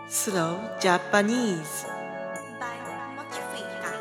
Slow Japanese. by Mochifika.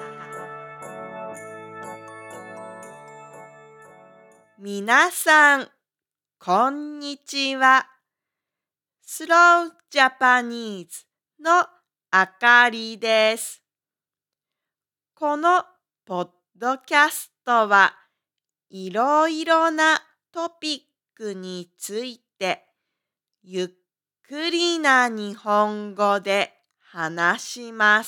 皆さん、こんにちは。Slow Japanese のあかりです。このポッドキャストはいろいろなトピックについてゆっくりな日本語で話します。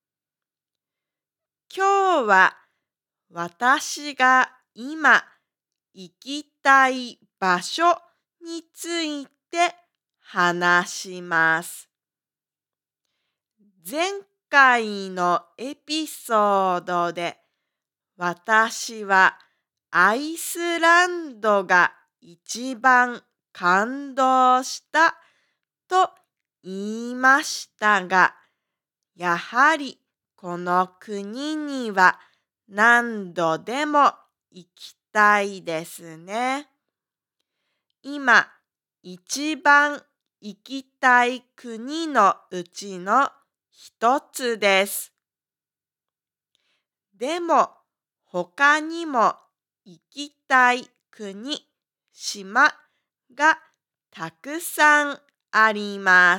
今日は私が今行きたい場所について話します。前回のエピソードで私はアイスランドが一番感動したと言いましたが、やはりこの国には何度でも行きたいですね。今一番行きたい国のうちの一つです。でも他にも行きたい国、島がたくさんあります。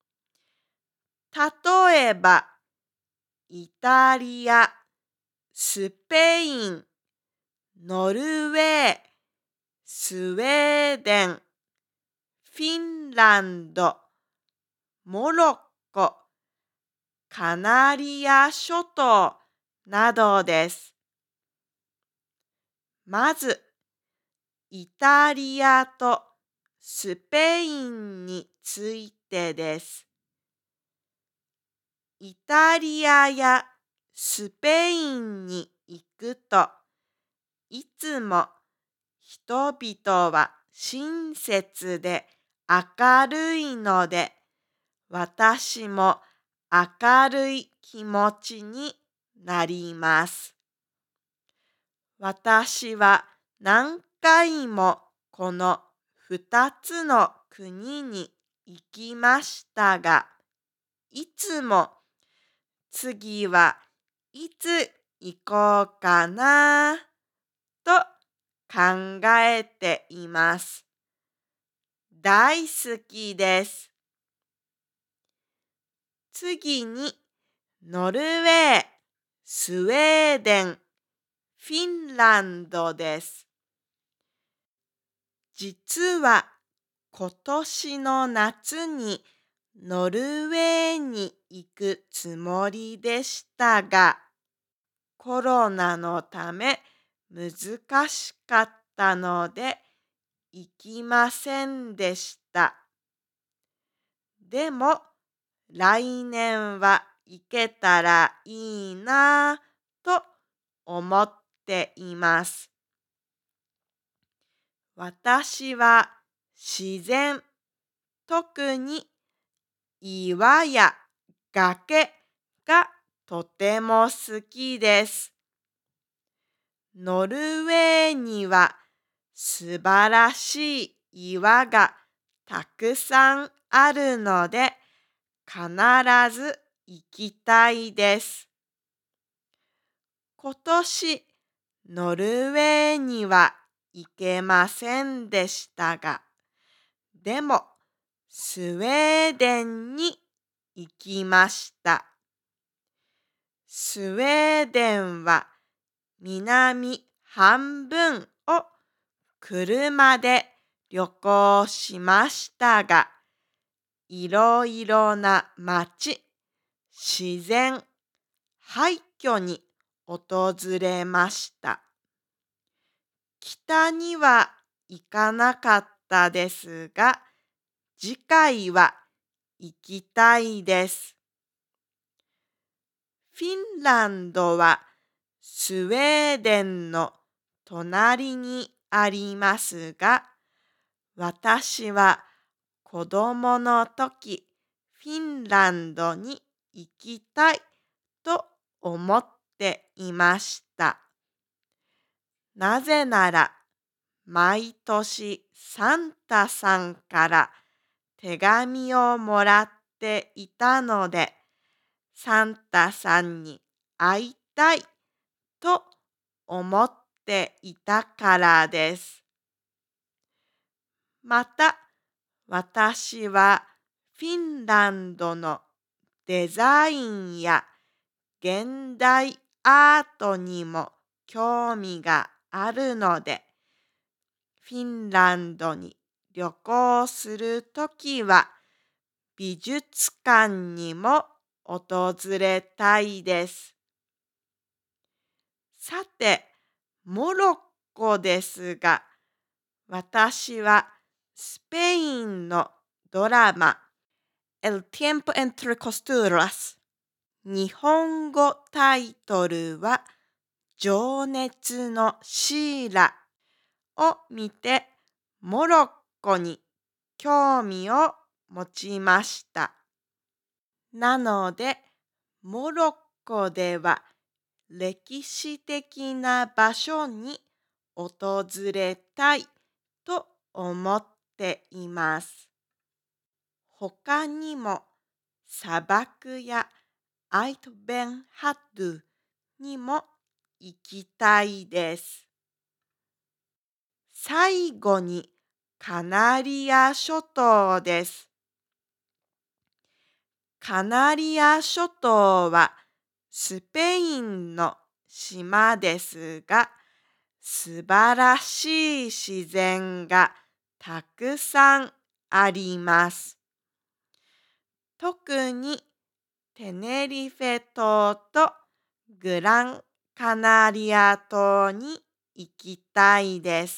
例えばイタリア、スペイン、ノルウェー、スウェーデン、フィンランド、モロッコ、カナリア諸島などです。まず、イタリアとスペインについてです。イタリアやスペインに行くと、いつも人々は親切で明るいので、私も明るい気持ちになります。私は何回もこの2つの国に行きましたが、いつも次はいつ行こうかなと考えています。大好きです。次にノルウェー、スウェーデン、フィンランドです。実は今年の夏にノルウェーに行くつもりでしたが、コロナのため難しかったので行きませんでした。でも来年は行けたらいいなぁと思っています。私は自然、特に岩や崖がとても好きです。ノルウェーには素晴らしい岩がたくさんあるので、必ず行きたいです。今年、ノルウェーには行けませんでしたが、でも、スウェーデンに行きました。スウェーデンは南半分を車で旅行しましたが、いろいろな街、自然、廃墟に訪れました。北には行かなかったですが、次回は行きたいです。フィンランドはスウェーデンの隣にありますが、私は子供の時、フィンランドに行きたいと思っていました。なぜなら、毎年サンタさんから手紙をもらっっていたので、サンタさんに会いたいと思っていたからです。また、私はフィンランドのデザインや現代アートにも興味があるので、フィンランドに旅行するときは美術館にも訪れたいです。さて、モロッコですが、私はスペインのドラマ El tiempo entre costuras、 日本語タイトルは情熱のシーラを見て、モロッコに興味を持ちました。なので、モロッコでは歴史的な場所に訪れたいと思っています。他にも砂漠やアイトベンハッドゥにも行きたいです。最後にカナリア諸島です。カナリア諸島はスペインの島ですが、素晴らしい自然がたくさんあります。特にテネリフェ島とグランカナリア島に行きたいです。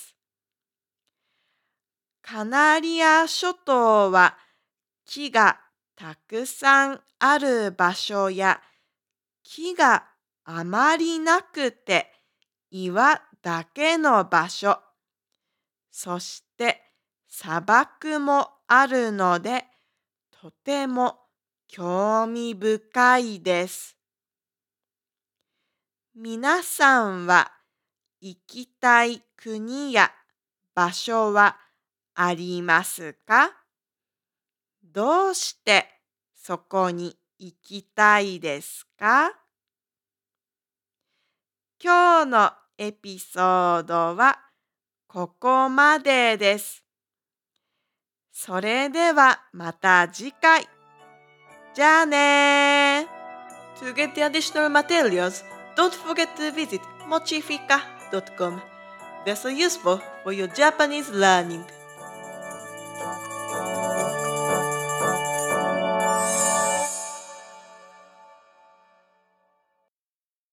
カナリア諸島は木がたくさんある場所や、木があまりなくて岩だけの場所、そして砂漠もあるので、とても興味深いです。皆さんは行きたい国や場所はありますか？どうしてそこに行きたいですか？今日のエピソードはここまでです。それではまた次回。じゃあねー。 To get the additional materials, don't forget to visit mochifika.com. They're so useful for your Japanese learning.